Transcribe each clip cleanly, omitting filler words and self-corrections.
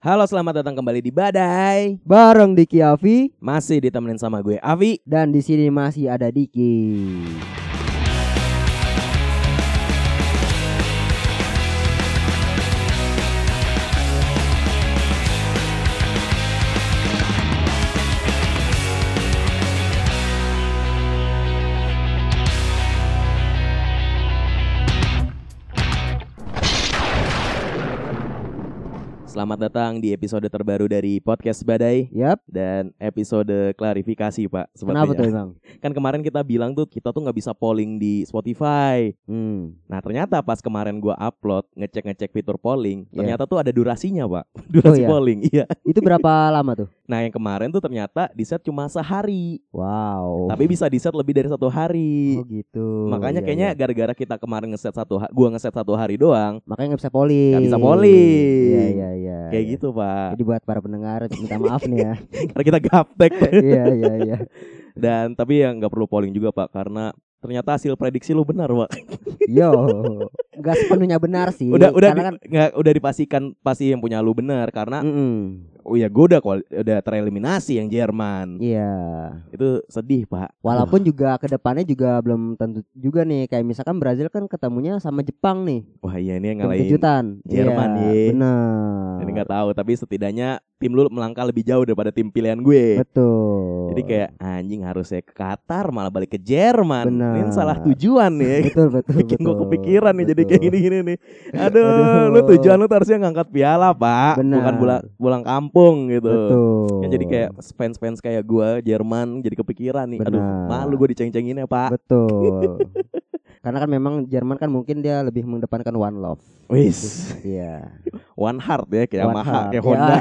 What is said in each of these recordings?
Halo, selamat datang kembali di Badai. Bareng Diki Avi Masih ditemenin sama gue Avi. dan di sini masih ada Diki. Selamat datang di episode terbaru dari Podcast Badai. Yap. Dan episode klarifikasi, Pak. Kenapa tuh Sepertinya. Bang? Kan kemarin kita bilang tuh kita tuh nggak bisa polling di Spotify. Nah, ternyata pas kemarin gua upload ngecek fitur polling, ternyata tuh ada durasinya, Pak. Durasi iya? polling. Iya. Itu berapa lama tuh? Nah, yang kemarin tuh ternyata di set cuma sehari. Wow. Tapi bisa di set lebih dari 1 hari. Oh gitu. Makanya Iya, kayaknya iya. gara-gara kita kemarin gua ngeset 1 hari doang, Makanya nggak bisa polling. nggak bisa polling. Iya. Kayak gitu, Pak. Jadi buat para pendengar minta maaf nih ya. Karena kita gaptek. Iya. Dan tapi yang nggak perlu polling juga, Pak, karena ternyata hasil prediksi lu benar, Pak. Yo, nggak sepenuhnya benar sih. Udah Karena kan. udah dipastikan pasti yang punya lu benar karena oh ya gue udah tereliminasi yang Jerman. Iya. Itu sedih, Pak. Walaupun juga kedepannya juga belum tentu juga nih. Kayak misalkan Brazil kan ketemunya sama Jepang nih. Wah, iya ini yang Tim ngalahin kejutan. Jerman Iya, nih. benar. Ini nggak tahu, tapi setidaknya tim lu melangkah lebih jauh daripada tim pilihan gue. Betul. Jadi kayak anjing harusnya ke Qatar malah balik ke Jerman. Benar. Ini salah tujuan nih. Betul. Bikin gue kepikiran nih jadi Betul. kayak gini-gini nih. Aduh, lu tujuan lu tuh harusnya ngangkat piala, Pak. Benar. Bukan pulang kampung gitu. Betul. Kan jadi kayak fans kayak gue Jerman jadi kepikiran nih. Aduh, Benar. malu gue diceng-cengin ya, Pak. Betul. Karena kan memang Jerman kan mungkin dia lebih mengedepankan one love. Wis, Iya. one heart ya kayak One Yamaha, heart. kayak Ya. Honda.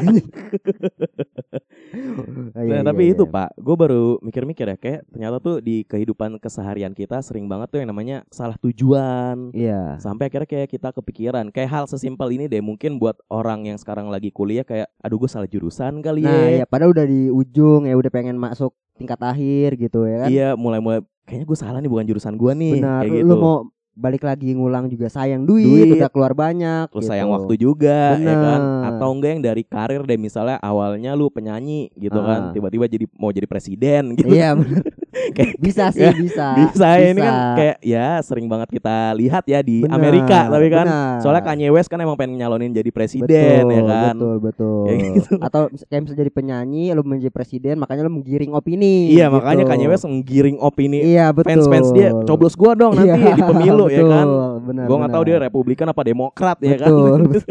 Iya, Nah, tapi iya, itu iya. Pak, gue baru mikir-mikir ya kayak ternyata tuh di kehidupan keseharian kita sering banget tuh yang namanya salah tujuan. Iya. Sampai akhirnya kayak kita kepikiran kayak hal sesimpel ini deh, mungkin buat orang yang sekarang lagi kuliah kayak aduh gue salah jurusan kali Nah, ya. ya padahal udah di ujung ya udah pengen masuk tingkat akhir gitu ya kan. Iya, mulai kayaknya gue salah nih, bukan jurusan gue nih. Benar. Kayak Lu gitu. mau balik lagi ngulang juga sayang duit. Udah keluar banyak. Terus gitu. sayang waktu juga, ya kan? Benar. Atau enggak yang dari karir deh, misalnya awalnya lu penyanyi gitu kan, tiba-tiba mau jadi presiden gitu. Iya benar. Kayak- Bisa sih, ya, bisa. Bisa ini kan kayak ya sering banget kita lihat ya di Benar, Amerika, tapi kan benar. soalnya Kanye West kan emang pengen nyalonin jadi presiden, ya kan. Betul. Kayak gitu. Atau kayak misalnya jadi penyanyi, lu menjadi presiden, makanya lu menggiring opini. Iya, gitu. makanya Kanye West menggiring opini Iya, betul. fans dia, coblos gua dong nanti Iya, di pemilu ya betul, kan. Benar, Gua nggak tahu dia Republikan apa Demokrat ya kan. betul.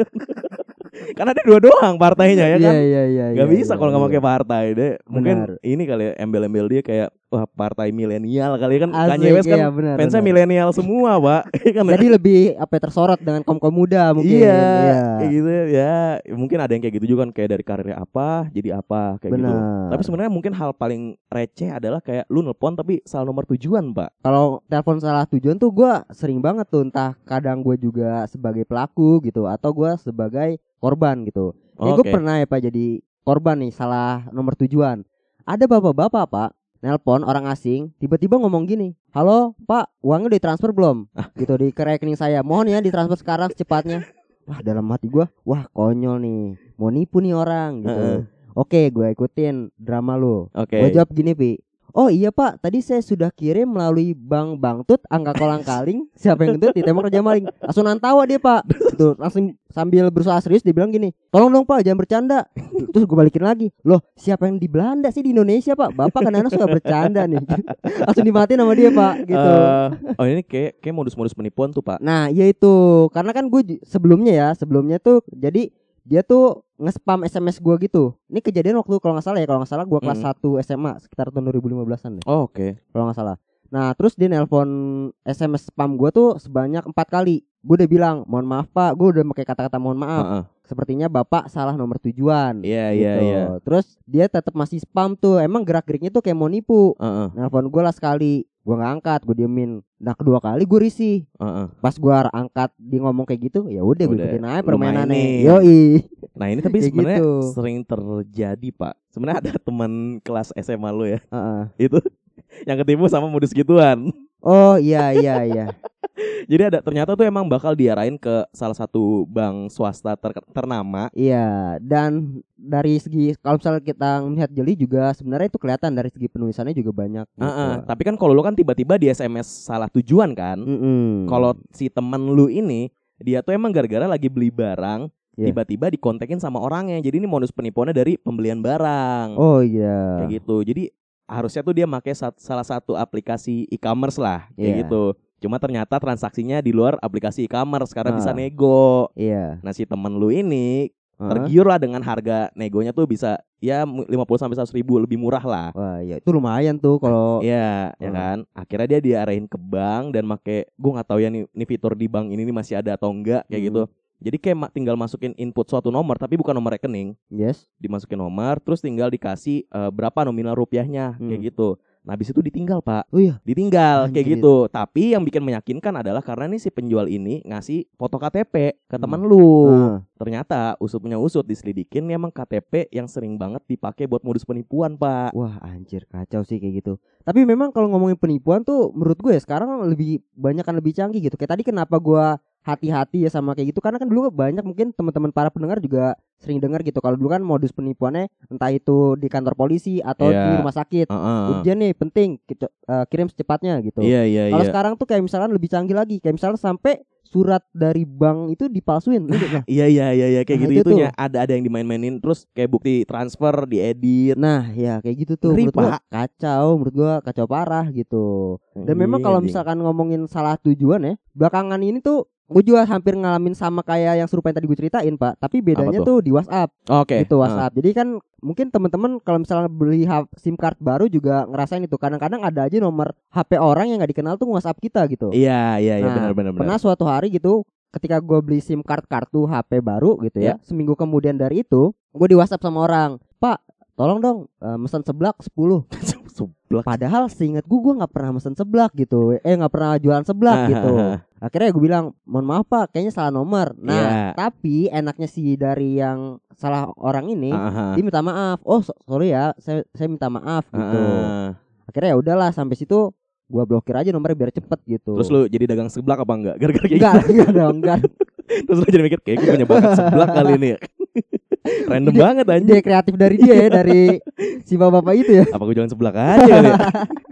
Karena dia dua doang partainya ya kan. Iya. Gak bisa kalau nggak pakai partai deh. Mungkin Benar. ini kali ya embel-embel dia kayak wah partai milenial kali kan. Asik, Kanye West kan iya, benar, fansnya benar. milenial semua, Pak. Kan ya? Jadi lebih tersorot dengan kaum muda mungkin. Iya, kayak gitu ya. Mungkin ada yang kayak gitu juga kan, kayak dari karirnya apa jadi apa kayak gitu. Benar. Tapi sebenarnya mungkin hal paling receh adalah kayak lu nelpon tapi salah nomor tujuan, Pak. Kalau telepon salah tujuan tuh gue sering banget tuh, entah kadang gue juga sebagai pelaku gitu atau gue sebagai korban gitu. Ya gue Oke. pernah ya Pak jadi korban nih salah nomor tujuan. Ada bapak-bapak Pak nelpon orang asing, tiba-tiba ngomong gini, halo Pak, uangnya udah ditransfer belum? Gitu di ke rekening saya, mohon ya ditransfer sekarang secepatnya. Wah dalam hati gue, wah konyol nih, mau nipu nih orang gitu. Oke, gue ikutin drama lu. Oke. Gue jawab gini Pi, oh iya Pak, tadi saya sudah kirim melalui Bank Bangtut angka kolang-kaling. Siapa yang ngentut ditembak Raja Maling. Langsung nantawa dia Pak. Tuh langsung sambil berusaha serius dia bilang gini, tolong dong Pak jangan bercanda. Terus gue balikin lagi, loh siapa yang di Belanda sih di Indonesia Pak? Bapak kadang-kadang suka bercanda nih. Langsung dimatiin sama dia Pak gitu. Oh ini kayak modus-modus penipuan tuh, Pak. Nah iya itu, karena kan gue sebelumnya tuh jadi dia tuh nge-spam SMS gue gitu. Ini kejadian waktu kalau nggak salah gue kelas 1 SMA sekitar tahun 2015an deh. Oh, oke. Kalau nggak salah. Nah terus dia nelpon SMS spam gue tuh sebanyak 4 kali. Gue udah bilang mohon maaf Pak, gue udah pakai kata-kata mohon maaf. Sepertinya Bapak salah nomor tujuan. Iya, gitu. iya. Terus dia tetap masih spam tuh. Emang gerak-geriknya tuh kayak mau nipu. Nelpon gue lah sekali, gue nggak angkat, gue diemin. Nah kedua kali gue risih. Pas gue angkat dia ngomong kayak gitu, ya udah gue ikutin aja permainannya. Yoi. Nah ini tapi Kayak sebenarnya gitu. sering terjadi, Pak. Sebenarnya ada teman kelas SMA lu ya. Itu yang ketipu sama modus gituan. Oh iya. Jadi ternyata tuh emang bakal diarahin ke salah satu bank swasta ternama. Iya, dan dari segi kalau misalnya kita melihat jeli juga sebenarnya itu kelihatan dari segi penulisannya juga banyak gitu. Tapi kan kalau lu kan tiba-tiba di SMS salah tujuan kan. Kalau si temen lu ini dia tuh emang gara-gara lagi beli barang, tiba-tiba dikontekin sama orangnya. Jadi ini modus penipuannya dari pembelian barang. Oh iya. Kayak gitu. Jadi harusnya tuh dia pakai salah satu aplikasi e-commerce lah, kayak gitu. Cuma ternyata transaksinya di luar aplikasi e-commerce karena bisa nego. Iya. Nah si temen lu ini tergiur lah dengan harga negonya tuh bisa ya 50-100 ribu lebih murah lah. Wah ya itu lumayan tuh kalau. Iya ya kan. Akhirnya dia diarahin ke bank dan make, gue nggak tahu ya nih fitur di bank ini masih ada atau enggak kayak gitu. Jadi kayak tinggal masukin input suatu nomor tapi bukan nomor rekening. Yes. Dimasukin nomor terus tinggal dikasih berapa nominal rupiahnya kayak gitu. Nah habis itu ditinggal Pak. Oh iya. Ditinggal kayak gitu. Tapi yang bikin meyakinkan adalah karena nih si penjual ini ngasih foto KTP ke teman lu. Ternyata usutnya diselidikin nih emang KTP yang sering banget dipakai buat modus penipuan Pak. Wah anjir kacau sih kayak gitu. Tapi memang kalau ngomongin penipuan tuh menurut gue ya sekarang lebih banyak kan lebih canggih gitu. Kayak tadi kenapa gue hati-hati ya sama kayak gitu karena kan dulu banyak mungkin teman-teman para pendengar juga sering dengar gitu kalau dulu kan modus penipuannya entah itu di kantor polisi atau di rumah sakit. Ujian nih penting kirim secepatnya gitu. Kalau sekarang tuh kayak misalkan lebih canggih lagi kayak misalnya sampai surat dari bank itu dipalsuin. Iya kayak gitu itunya ada yang dimain-mainin terus kayak bukti transfer diedit. Nah ya kayak gitu tuh menurut gua menurut gua kacau parah gitu. Dan memang kalau misalkan ngomongin salah tujuan ya belakangan ini tuh gue juga hampir ngalamin sama kayak yang serupa yang tadi gue ceritain Pak. Tapi bedanya tuh di WhatsApp. Gitu WhatsApp. Jadi kan mungkin teman-teman kalau misalnya beli SIM card baru juga ngerasain itu. Kadang-kadang ada aja nomor HP orang yang nggak dikenal tuh WhatsApp kita gitu. Iya benar. Pernah suatu hari gitu ketika gue beli SIM card kartu HP baru gitu ya. Seminggu kemudian dari itu gue di WhatsApp sama orang, Pak tolong dong mesen seblak 10. Padahal seingat gue nggak pernah mesen seblak gitu. Nggak pernah jualan seblak gitu. Akhirnya gue bilang mohon maaf Pak kayaknya salah nomor. Nah tapi enaknya sih dari yang salah orang ini dia minta maaf. Oh sorry ya saya minta maaf gitu. Akhirnya ya udahlah sampai situ gue blokir aja nomornya biar cepet gitu. Terus lu jadi dagang seblak apa enggak? Gara-gara kayak enggak. Terus lu jadi mikir kayak gue punya bakat seblak kali ini ya. Random banget anjing. Ide kreatif dari dia ya dari si bapak itu ya. Apa gue jualan seblak aja kali ya?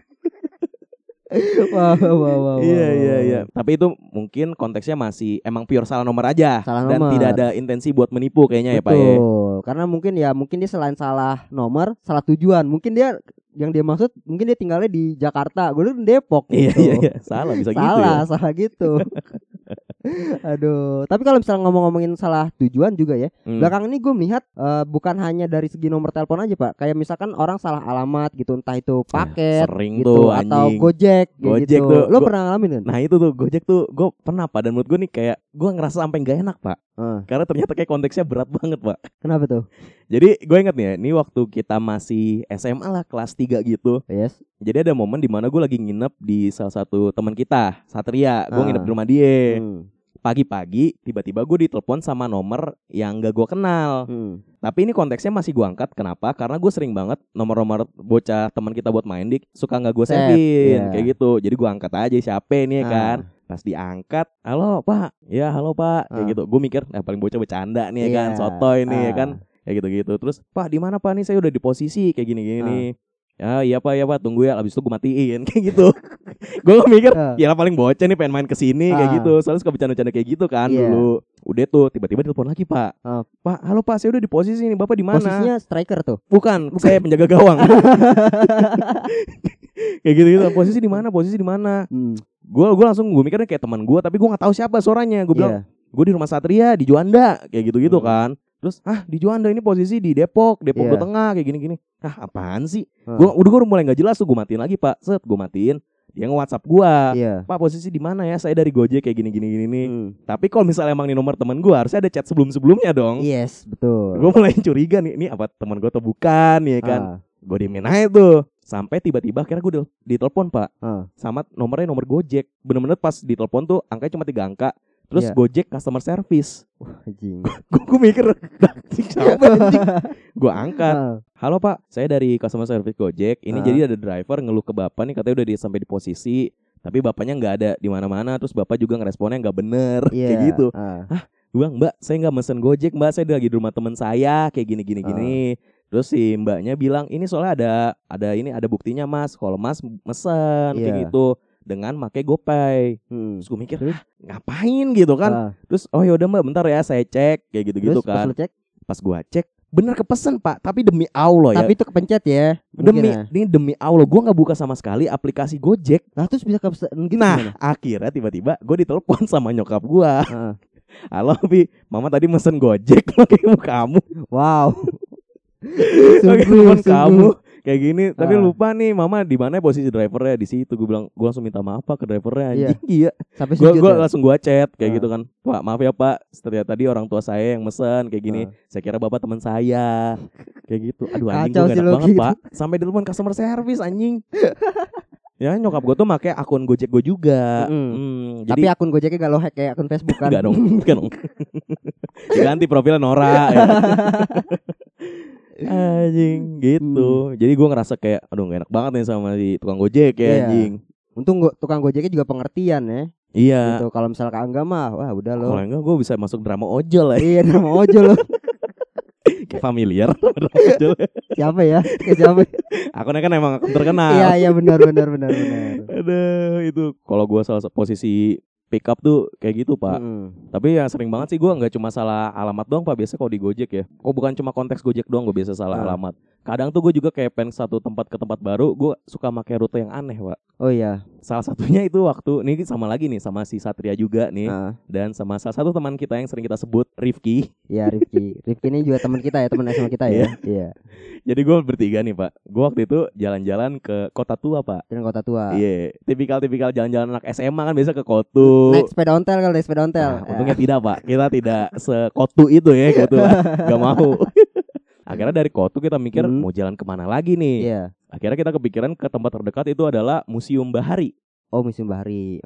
Wow. Iya. Tapi itu mungkin konteksnya masih emang pure salah nomor aja. Dan tidak ada intensi buat menipu kayaknya. Betul. Ya Pak ya. Karena mungkin dia selain salah nomor, salah tujuan. Mungkin dia yang dia maksud mungkin dia tinggalnya di Jakarta. Gue dulu di Depok gitu. Iya. Salah bisa gitu ya. Salah gitu. Aduh, tapi kalau misalnya ngomongin salah tujuan juga ya. Belakang ini gue melihat bukan hanya dari segi nomor telepon aja Pak. Kayak misalkan orang salah alamat gitu, entah itu paket sering gitu tuh, atau Gojek gitu. tuh, Lo pernah ngalamin kan? Nah itu tuh Gojek tuh gue pernah Pak. Dan menurut gue nih kayak gue ngerasa sampai gak enak Pak. Karena ternyata kayak konteksnya berat banget Pak. Kenapa tuh? Jadi gue inget nih ya, ini waktu kita masih SMA lah kelas 3 gitu. Yes. Jadi ada momen dimana gue lagi nginep di salah satu teman kita, Satria. Gue nginep di rumah dia. Pagi-pagi tiba-tiba gue ditelepon sama nomor yang gak gue kenal. Tapi ini konteksnya masih gue angkat. Kenapa? Karena gue sering banget nomor-nomor bocah teman kita buat main dik suka gak gue save-in kayak gitu. Jadi gue angkat aja siapa nih kan. Pas diangkat, halo Pak. Ya halo Pak. Kayak gitu. Gue mikir paling bocah bercanda nih kan, sotoy nih kan. Kayak gitu-gitu. Terus Pak di mana Pak nih, saya udah di posisi kayak gini-gini. Ya iya Pak tunggu ya. Abis itu gue matiin kayak gitu. Gue mikir ya paling bocah nih pengen main kesini kayak gitu. Soalnya suka bercanda-bercanda kayak gitu kan dulu. Udah tuh tiba-tiba ditelepon lagi Pak. Pak halo Pak saya udah di posisi nih, Bapak di mana? Posisinya striker tuh? Bukan. Saya penjaga gawang. Kayak gitu-gitu. Posisi di mana? Gue langsung gue mikirnya kayak teman gue, tapi gue nggak tahu siapa suaranya. Gue bilang gue di rumah Satria di Juanda kayak gitu-gitu kan. Terus di Juanda ini posisi di Depok Tengah kayak gini-gini. Apaan sih? Gue udah mulai nggak jelas tuh. Gue matiin lagi Pak. Gue matiin. Dia nge-WhatsApp gue. Pak posisi di mana ya? Saya dari Gojek kayak gini-gini. Tapi kalau misalnya emang ini nomor teman gue, harusnya ada chat sebelumnya dong. Yes betul. Gue mulai curiga nih. Ini apa teman gue atau bukan ya kan? Gue diemin aja tuh. Sampai tiba-tiba akhirnya gue ditelepon Pak. Sama nomor Gojek. Bener-bener pas ditelepon tuh angkanya cuma 3 angka. Terus Gojek customer service. Wah anjing. Gue mikir siapa anjing. Gue angkat. Halo Pak, saya dari customer service Gojek. Ini jadi ada driver ngeluh ke Bapak nih, katanya udah sampai di posisi. Tapi bapaknya nggak ada di mana-mana. Terus bapak juga ngeresponnya nggak bener kayak gitu. Gue bilang, Mbak, saya nggak mesen Gojek, Mbak, saya lagi di rumah teman saya kayak gini. Terus si mbaknya bilang, ini soalnya ada buktinya Mas, kalau Mas mesen kayak gitu dengan pakai GoPay. Terus gue mikir, ngapain gitu kan? Terus oh yaudah Mbak, bentar ya saya cek kayak gitu kan. Pas gue cek, bener kepesen Pak, tapi demi Allah ya. Tapi itu kepencet ya. Demi Allah, gue nggak buka sama sekali aplikasi Gojek. Nah terus bisa kepesen gitu. Nah akhirnya tiba-tiba gue ditelepon sama nyokap gue. Halo Pi, Mama tadi mesen Gojek pakai kamu. Wow. Sungguh kamu kayak gini, tapi lupa nih Mama di mana posisi drivernya, di situ. Gue bilang, gue langsung minta maaf Pak ke drivernya. Anjing, iya. Sampai gue langsung chat kayak gitu kan. Pak, maaf ya Pak, ternyata tadi orang tua saya yang mesen kayak gini. Saya kira Bapak teman saya. Kayak gitu. Aduh anjing, gue gak enak banget gitu. Pak. Sampai ditelepon customer service anjing. Ya nyokap gue tuh pakai akun Gojek gue juga. Tapi akun Gojeknya gak lo hack kayak akun Facebook kan? Enggak dong. Diganti profilnya Nora ya. Anjing gitu. Jadi gue ngerasa kayak aduh gak enak banget nih sama si tukang Gojek ya anjing. Untung tukang Gojeknya juga pengertian ya. Iya gitu. Kalau misalnya enggak mah wah udah lo. Kalau enggak gue bisa masuk drama ojol ya. Iya drama ojol lo. Kayak familiar drama ojol. Siapa ya? Kayak siapa? Akunnya kan emang akun terkenal. Iya benar. Aduh itu kalau gue salah posisi pick up tuh kayak gitu Pak. Tapi yang sering banget sih gue nggak cuma salah alamat doang Pak. Biasa kalau di Gojek ya. Kok bukan cuma konteks Gojek doang gue biasa salah alamat. Kadang tuh gue juga kayak pengen satu tempat ke tempat baru, gue suka pakai rute yang aneh Pak. Oh iya. Salah satunya itu waktu ini sama lagi nih sama si Satria juga nih. Dan sama salah satu teman kita yang sering kita sebut Rifki. Iya Rifki. Rifki ini juga teman kita ya, teman SMA kita ya. Iya. Jadi gue bertiga nih Pak. Gue waktu itu jalan-jalan ke Kota Tua Pak. Jalan Kota Tua. Iya. Tipikal jalan-jalan anak SMA kan biasa ke Kotu. Naik sepeda ontel kalau naik sepeda ontel. Nah, untungnya tidak Pak. Kita tidak sekotu itu ya kebetulan. Gak mau. Akhirnya dari Kotu kita mikir mau jalan kemana lagi nih. Iya. Akhirnya kita kepikiran ke tempat terdekat itu adalah Museum Bahari. Oh Museum Bahari.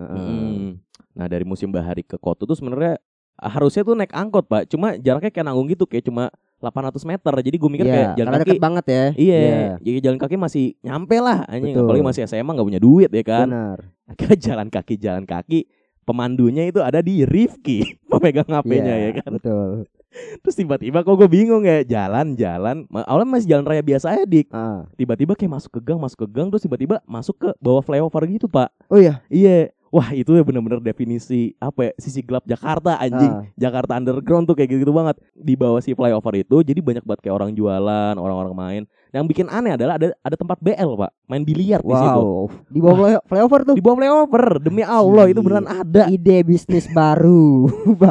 Nah dari Museum Bahari ke Kotu tuh sebenarnya harusnya tuh naik angkot Pak. Cuma jaraknya kayak nanggung gitu, kayak cuma 800 meter. Jadi gue mikir kayak jalan kaki deket banget ya. Iya. Jadi jalan kaki masih nyampe lah anjing. Apalagi masih SMA gak punya duit ya kan. Benar. Akhirnya jalan kaki. Pemandunya itu ada di Rifki, pemegang HP-nya ya kan. Betul. Terus tiba-tiba kok gue bingung ya, jalan awalnya masih jalan raya biasa aja dik. Tiba-tiba kayak masuk ke gang terus tiba-tiba masuk ke bawah flyover gitu Pak. Oh iya. Iya. Wah itu ya benar-benar definisi apa ya, sisi gelap Jakarta anjing. Jakarta underground tuh kayak gitu banget. Di bawah si flyover itu jadi banyak banget kayak orang jualan, orang-orang main. Yang bikin aneh adalah ada tempat BL Pak, main biliar di situ. Di bawah flyover tuh. Di bawah flyover, demi Allah itu beneran ada. Ide bisnis baru.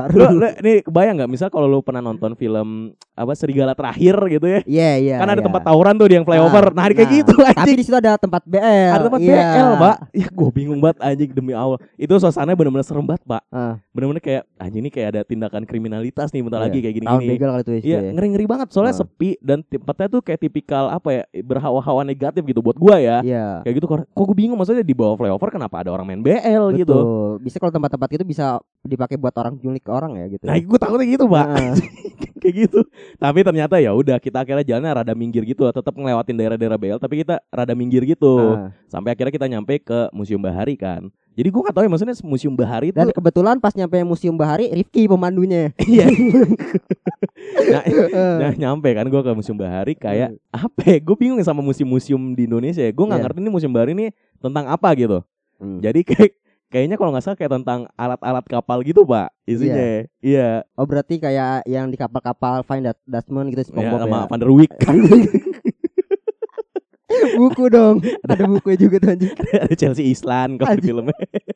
Nih kebayang nggak? Misal kalau lu pernah nonton film apa Serigala Terakhir gitu ya? Iya. Kan ada tempat tawuran tuh di yang flyover. Nah, kayak gitu anjing. Tapi di situ ada tempat BL. Ada tempat BL Pak. Ya gue bingung banget anjing demi Allah. Itu suasananya bener-bener serem banget Pak. Bener-bener kayak anjing ini kayak ada tindakan kriminalitas nih bentar lagi kayak gini-gini. Tahun begal kali itu ya. Ngeri-ngeri banget soalnya sepi dan tempatnya tuh kayak tipikal apa ya, berhawa-hawa negatif gitu buat gua ya. Kayak gitu kok gue bingung maksudnya di bawah flyover kenapa ada orang main BL gitu. Bisa kalau tempat-tempat itu bisa dipakai buat orang nyulik orang ya gitu. Nah, gue takutnya gitu, Pak. Kayak gitu. Tapi ternyata ya udah kita akhirnya jalannya rada minggir gitu lah, tetap ngelewatin daerah-daerah BL tapi kita rada minggir gitu. Sampai akhirnya kita nyampe ke Museum Bahari kan. Jadi gue gak tahu ya maksudnya Museum Bahari itu. Dan kebetulan pas nyampe Museum Bahari Rifki pemandunya. Iya. Nah, nyampe kan gue ke Museum Bahari kayak apa ya? Gue bingung sama museum-museum di Indonesia ya. Gue gak ngerti ini Museum Bahari ini tentang apa gitu. Jadi kayaknya kalau gak salah kayak tentang alat-alat kapal gitu Pak isinya. Iya. Oh berarti kayak yang di kapal-kapal Find Dutchman gitu SpongeBob ya. Sama Van der Wijk. Buku dong. Ada bukunya juga tuh anjing. Ada Chelsea Island kalau di filmnya.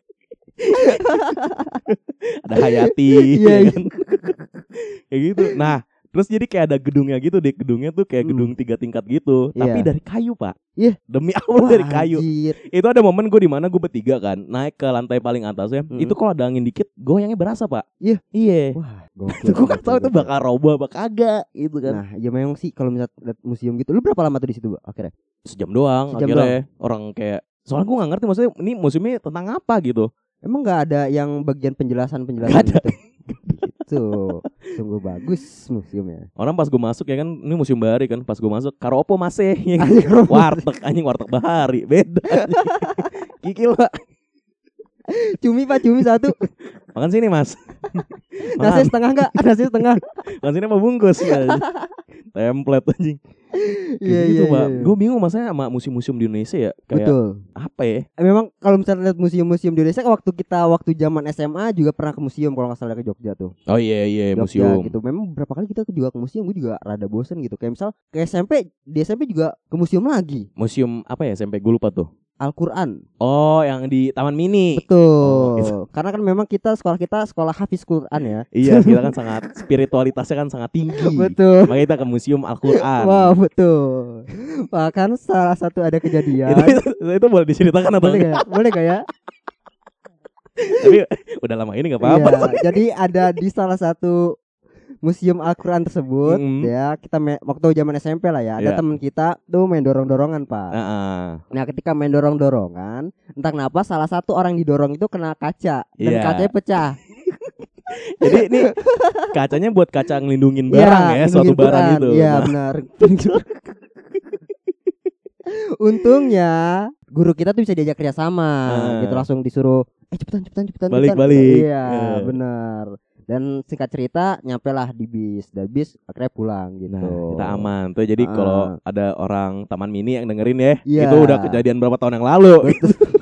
Ada Hayati ya kan? Kayak gitu. Nah terus jadi kayak ada gedungnya gitu deh. Gedungnya tuh kayak gedung 3 tingkat gitu. Tapi dari kayu Pak. Demi Allah dari kayu. Itu ada momen gue di mana gue bertiga kan naik ke lantai paling atasnya. Itu kalau ada angin dikit goyangnya berasa Pak. Iya. Wah gue gak tahu itu bakal roboh apa kagak gitu kan. Nah ya memang sih kalau misalnya museum gitu. Lu berapa lama tuh di situ akhirnya? Sejam doang akhirnya. Orang kayak soalnya gue gak ngerti maksudnya ini museumnya tentang apa gitu. Emang gak ada yang bagian penjelasan gak ada. Gitu? Gitu. Sungguh bagus museumnya. Orang pas gue masuk ya kan, ini Museum Bahari kan, pas gue masuk Karopo masih ya kan? Warteg Bahari beda. Kikil Pak. Cumi Pak, cumi satu. Makan sini Mas. Nasi setengah enggak? Nasi setengah. Makan sini mau bungkus. Template anjing. Iya gitu, iya. Pak. Gue bingung masalahnya sama museum-museum di Indonesia ya. Kayak Betul. apa ya? Memang kalau misalnya lihat museum-museum di Indonesia, waktu zaman SMA juga pernah ke museum kalau nggak salah ke Jogja tuh. Oh iya Jogja, museum. gitu. Memang berapa kali kita juga ke museum, gue juga rada bosen gitu. Kayak misal ke SMP, di SMP juga ke museum lagi. Museum apa ya SMP gue lupa tuh. Al-Quran. Oh, yang di Taman Mini. Betul. Oh, gitu. Karena kan memang kita sekolah Hafiz Quran ya. Iya, kita kan sangat spiritualitasnya kan sangat tinggi. Betul. Makanya kita ke museum Al-Quran. Wah, betul. Bahkan salah satu ada kejadian. itu boleh diceritakan atau Boleh enggak? gak? Boleh gak ya? Tapi udah lama ini enggak apa-apa. Iya, jadi ada di salah satu museum Al-Quran tersebut ya, kita waktu zaman SMP lah ya, ada teman kita tuh main dorong-dorongan Pak. Nah ketika main dorong-dorongan, entah kenapa salah satu orang didorong itu kena kaca dan kacanya pecah. Jadi ini kacanya buat kaca ngelindungin barang ya, suatu barang itu. Iya benar. Untungnya guru kita tuh bisa diajak kerjasama gitu, langsung disuruh cepetan balik. Iya benar. Dan singkat cerita nyampe lah di bis, dan bis akhirnya pulang gitu. Nah, kita aman tuh. Jadi kalau ada orang Taman Mini yang dengerin ya, itu udah kejadian berapa tahun yang lalu.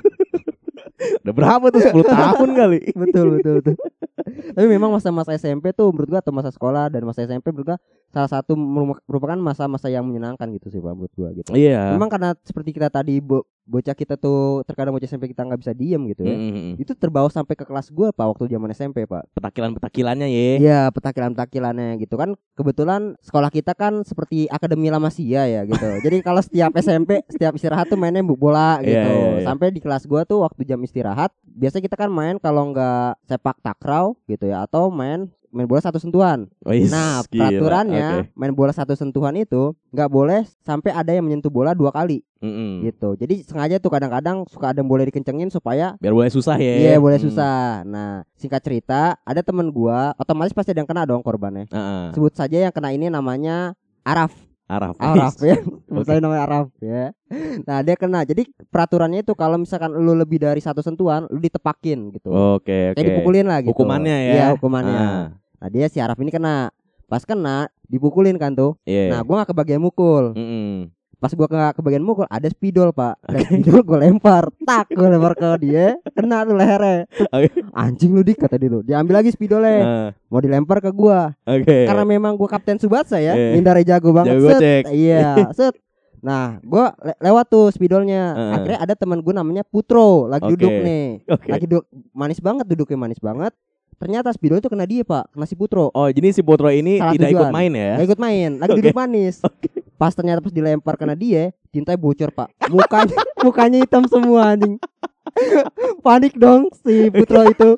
Udah berapa tuh, 10 tahun kali. Betul. Tapi memang masa-masa SMP tuh menurut gua, atau masa sekolah dan masa SMP menurut gua salah satu merupakan masa-masa yang menyenangkan gitu sih Pak, menurut gua gitu. Iya. Memang karena seperti kita tadi bocah kita tuh terkadang bocah SMP kita nggak bisa diem gitu ya. Itu terbawa sampai ke kelas gua Pak waktu zaman SMP Pak. Petakilan-petakilannya ya. Iya, petakilan-petakilannya gitu kan. Kebetulan sekolah kita kan seperti Akademi La Masia ya gitu. Jadi kalau setiap SMP setiap istirahat tuh mainnya bola gitu. Iya. Sampai di kelas gua tuh waktu jam istirahat biasanya kita kan main kalau nggak sepak takraw gitu ya, atau main bola satu sentuhan. Nah peraturannya main bola satu sentuhan itu nggak boleh sampai ada yang menyentuh bola 2 kali. Gitu. Jadi sengaja tuh kadang-kadang suka ada yang boleh dikencengin supaya biar boleh susah ya. Iya boleh susah. Nah singkat cerita, ada temen gua, otomatis pasti ada yang kena dong korbannya. Sebut saja yang kena ini namanya Araf ya. Sebut saja namanya Araf ya. Nah dia kena. Jadi peraturannya itu kalau misalkan lu lebih dari satu sentuhan, lu ditepakin gitu. Oke. Kayak dipukulin lah gitu. Hukumannya ya. Iya hukumannya. Nah dia si Araf ini kena. Pas kena dipukulin kan tuh. Nah gua gak kebagian mukul. Pas gua gak kebagian mukul, ada spidol Pak. Dan spidol gua lempar. Gue lempar ke dia, kena tuh lehernya. Anjing lu Dik, kata dia tuh. Diambil lagi spidolnya. Mau dilempar ke gua. Karena memang gua Kapten Subatsa ya, hindari jago banget. Iya, set. Nah, gua lewat tuh spidolnya. Akhirnya ada teman gua namanya Putro, lagi duduk nih. Lagi duduk manis banget, duduknya manis banget. Ternyata spidol itu kena dia Pak, kena si Putro. Oh jadi si Putro ini salah tidak tujuan. Ikut main ya? Gak ikut main, lagi duduk manis. Pas ternyata pas dilempar kena dia, tintanya bocor Pak. Mukanya hitam semua anjing. Panik dong si Putro itu.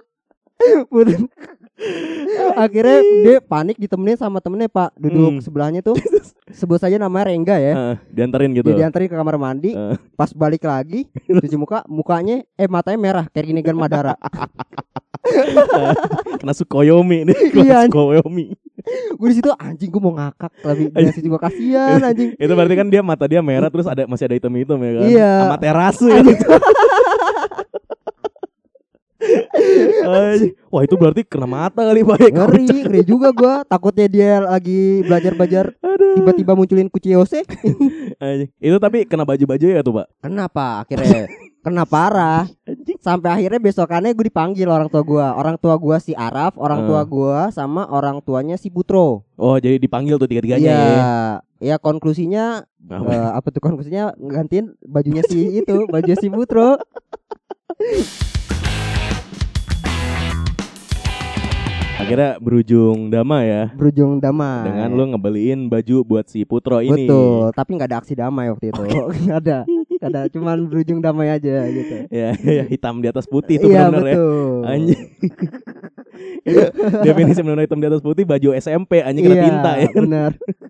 Akhirnya dia panik, ditemenin sama temennya Pak. Duduk sebelahnya tuh, sebut saja namanya Rengga ya. Dianterin gitu. Dia dianterin ke kamar mandi. Pas balik lagi cuci mukanya matanya merah kayak Rinnegan Madara. Kena Sukoyomi nih. Iya, Sukoyomi. Gue di situ anjing, gue mau ngakak, tapi dia sih juga kasihan anjing. Itu berarti kan dia mata dia merah terus masih ada hitam-hitam ya kan. Iya. Sama terasu ya. Wah itu berarti kena mata kali Pak. Ngeri juga gue. Takutnya dia lagi belajar tiba-tiba munculin Kuchiyose. Itu tapi kena baju-baju ya tuh Pak. Kenapa akhirnya? Kena parah. Sampai akhirnya besokannya gue dipanggil orang tua gue. Orang tua gue si Araf, orang tua gue sama orang tuanya si Putro. Oh jadi dipanggil tuh tiga-tiganya ya. Ya Konklusinya apa tuh konklusinya? Gantiin bajunya si itu, bajunya si Putro. Akhirnya berujung damai ya. Berujung damai. Dengan lu ngebeliin baju buat si Putro ini. Betul, tapi gak ada aksi damai waktu itu. Gak ada, cuman berujung damai aja gitu. Ya, hitam di atas putih itu iya, bener betul. Ya. Anjing. Definisi bener hitam di atas putih baju SMP anjing kena tinta ya. Benar.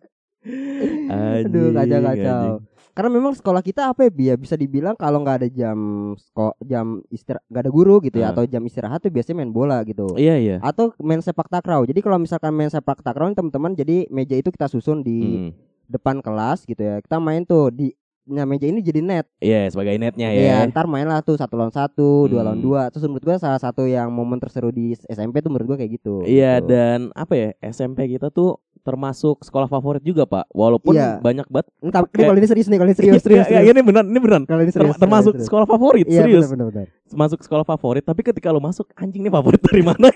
Aduh, kacau. Karena memang sekolah kita apa ya, bisa dibilang kalau nggak ada jam istirahat, nggak ada guru gitu ya, atau jam istirahat tuh biasanya main bola gitu. Iya. Atau main sepak takraw. Jadi kalau misalkan main sepak takraw teman-teman, jadi meja itu kita susun di depan kelas gitu ya. Kita main tuh meja ini jadi net. Iya, sebagai netnya ya. Iya, ntar main lah tuh 1 lawan 1, 2 lawan 2. Terus menurut gua salah satu yang momen terseru di SMP tuh menurut gua kayak gitu. Iya, gitu. dan apa ya, SMP kita tuh termasuk sekolah favorit juga, Pak. Walaupun banyak banget. Tapi kalau ini serius nih, kalau ini serius. Ya, ini beneran. Kalau ini serius, termasuk serius. Sekolah favorit, iya, serius. Benar. Masuk sekolah favorit, tapi ketika lo masuk, anjing nih favorit dari mana?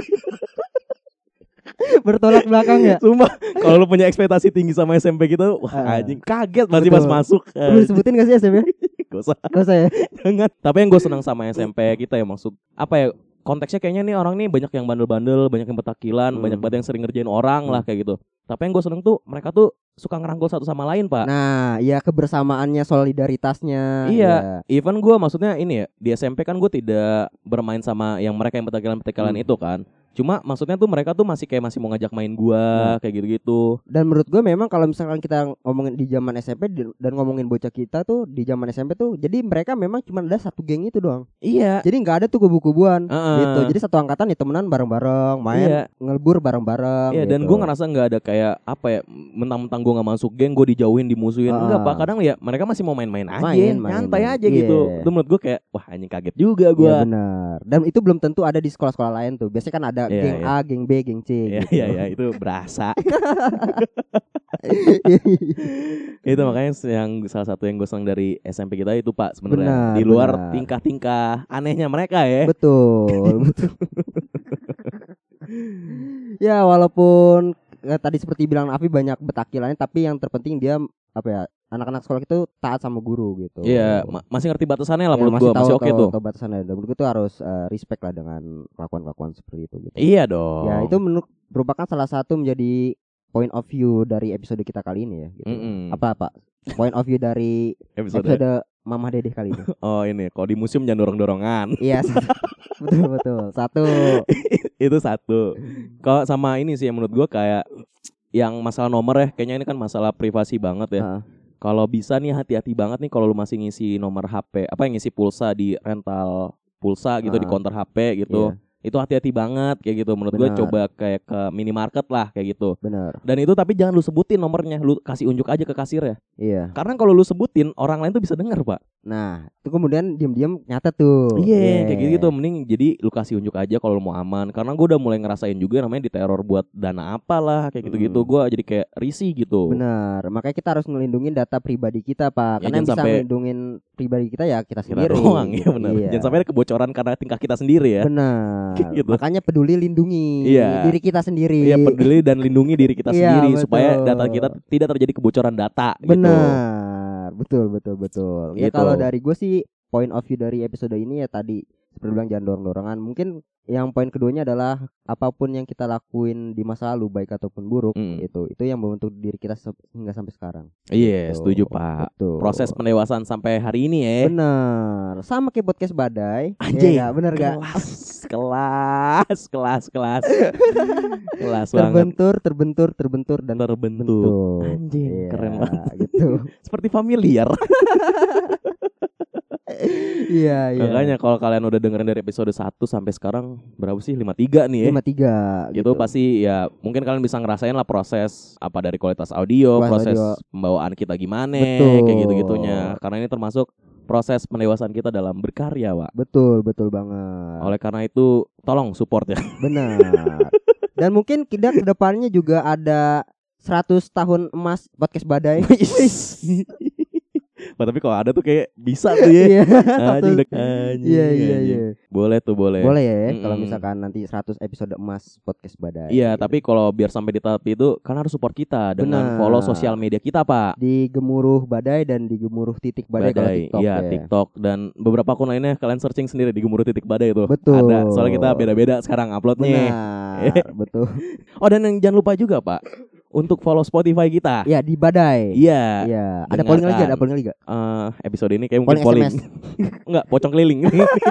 Bertolak belakang ya. Sumpah, kalau lo punya ekspektasi tinggi sama SMP kita, wah anjing kaget pasti pas masuk. Lu sebutin gak sih SMP? Gak usah ya. Jangan. Tapi yang gue senang sama SMP kita ya, maksud apa ya, konteksnya kayaknya nih orang nih banyak yang bandel-bandel, banyak yang petakilan, banyak banget yang sering ngerjain orang lah kayak gitu. Tapi yang gue seneng tuh mereka tuh suka ngerangkul satu sama lain, Pak. Nah, ya kebersamaannya, solidaritasnya. Iya, even gue maksudnya ini ya, di SMP kan gue tidak bermain sama yang mereka yang petakilan itu kan. Cuma maksudnya tuh mereka tuh masih mau ngajak main gua kayak gitu-gitu. Dan menurut gua memang kalau misalkan kita ngomongin di zaman SMP dan ngomongin bocah kita tuh di zaman SMP tuh, jadi mereka memang cuma ada satu geng itu doang. Iya. Jadi nggak ada tuh kubu-kubuan gitu. Jadi satu angkatan ya temenan bareng-bareng, main ngelebur bareng-bareng. Iya, gitu. dan gua ngerasa nggak ada kayak apa ya, mentang-mentang gua nggak masuk geng gua dijauhin, dimusuhin. Enggak, Pak. Kadang ya mereka masih mau main-main aja, nyantai aja gitu. Itu menurut gua kayak wah anjing kaget juga gua. Iya benar. Dan itu belum tentu ada di sekolah-sekolah lain tuh. Biasanya kan ada geng A, geng B, geng C. Iya, itu berasa. Itu makanya yang salah satu yang gue senang dari SMP kita itu, Pak, sebenarnya di luar tingkah-tingkah anehnya mereka ya. Betul. Ya walaupun tadi seperti bilang Afi banyak betakilannya, tapi yang terpenting dia apa ya, anak-anak sekolah itu taat sama guru gitu. Iya, masih ngerti batasannya lah menurut gue, masih oke tuh. Tahu batasannya. Dan menurut gue tuh harus respect lah dengan kelakuan-kelakuan seperti itu gitu. Iya dong. Ya itu merupakan salah satu menjadi point of view dari episode kita kali ini ya gitu. Apa point of view dari episode Mama Dedeh kali ini. Oh ini, kalau di museum jangan dorong-dorongan. Iya, betul. Satu. Itu satu. Kalau sama ini sih yang menurut gue kayak yang masalah nomor ya, kayaknya ini kan masalah privasi banget ya. Kalau bisa nih hati-hati banget nih kalau lu masih ngisi nomor HP, apa yang ngisi pulsa di rental pulsa gitu di counter HP gitu. Itu hati-hati banget kayak gitu. Menurut gue coba kayak ke minimarket lah kayak gitu. Benar. Dan itu tapi jangan lu sebutin nomornya, lu kasih unjuk aja ke kasirnya. Iya. Karena kalau lu sebutin orang lain tuh bisa denger, Pak. Nah, itu kemudian diam-diam nyata tuh. Iya, kayak gitu. Mending jadi lu kasih unjuk aja kalau lu mau aman. Karena gue udah mulai ngerasain juga namanya diteror buat dana apalah kayak gitu-gitu. Gue jadi kayak risih gitu. Benar. Makanya kita harus ngelindungin data pribadi kita, Pak. Karena yang bisa ngelindungin pribadi kita ya kita sendiri. Kita doang, ya benar. Iya. Jangan sampai ada kebocoran karena tingkah kita sendiri ya. Benar. Gitu. Makanya peduli lindungi diri kita sendiri. Iya, peduli dan lindungi diri kita sendiri supaya data kita tidak terjadi kebocoran data. Benar, gitu. betul. Ya kalau dari gue sih point of view dari episode ini ya tadi seperti bilang jangan dorong-dorongan. Mungkin yang poin keduanya adalah apapun yang kita lakuin di masa lalu baik ataupun buruk itu yang membentuk diri kita hingga sampai sekarang. Iya, setuju, Pak. Betul. Proses pendewasaan sampai hari ini ya. Benar. Sama kayak podcast Badai. Anjay, ya, benar gak? Kelas terbentur dan terbentuk. Anjing, keren banget gitu. Seperti familiar. Iya. Makanya kalau kalian udah dengerin dari episode 1 sampai sekarang berapa sih? 53 nih ya. 53 gitu. Pasti ya mungkin kalian bisa ngerasain lah proses apa dari kualitas audio, proses pembawaan kita gimana, kayak gitu-gitunya. Karena ini termasuk proses pendewasaan kita dalam berkarya, Pak. Betul banget. Oleh karena itu tolong support ya. Benar. Dan mungkin kita ke depannya juga ada 100 tahun emas podcast Badai. Tapi kalau ada tuh kayak bisa tuh ya. Iya. Boleh tuh. Boleh ya kalau misalkan nanti 100 episode emas podcast Badai. Iya, gitu. Tapi kalau biar sampai di tahap itu kan harus support kita dengan follow sosial media kita, Pak. Di Gemuruh Badai dan di Gemuruh Titik Badai kalau TikTok. Iya, TikTok dan beberapa akun lainnya kalian searching sendiri di Gemuruh Titik Badai itu. Betul. Ada. Soalnya kita beda-beda sekarang uploadnya. Benar, betul. Oh, dan yang jangan lupa juga, Pak, untuk follow Spotify kita. Ya, di Badai. Iya. Ada polling lagi, episode ini kayak mungkin polling. Enggak, pocong keliling.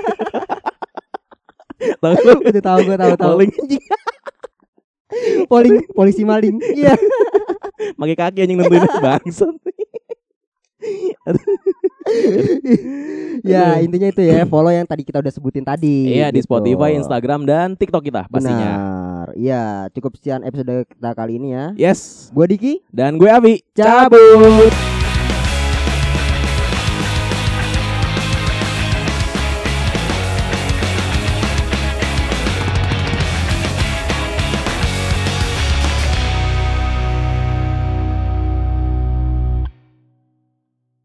Tahu gue. Polling anjing. Polisi maling. Iya. Pakai kaki anjing nentuin bangsat. Ya intinya itu ya, follow yang tadi kita udah sebutin tadi. Iya, di Spotify, Instagram, dan TikTok kita pastinya. Benar. Iya, cukup sekian episode kita kali ini ya. Yes. Gue Diki dan gue Abi. Cabut.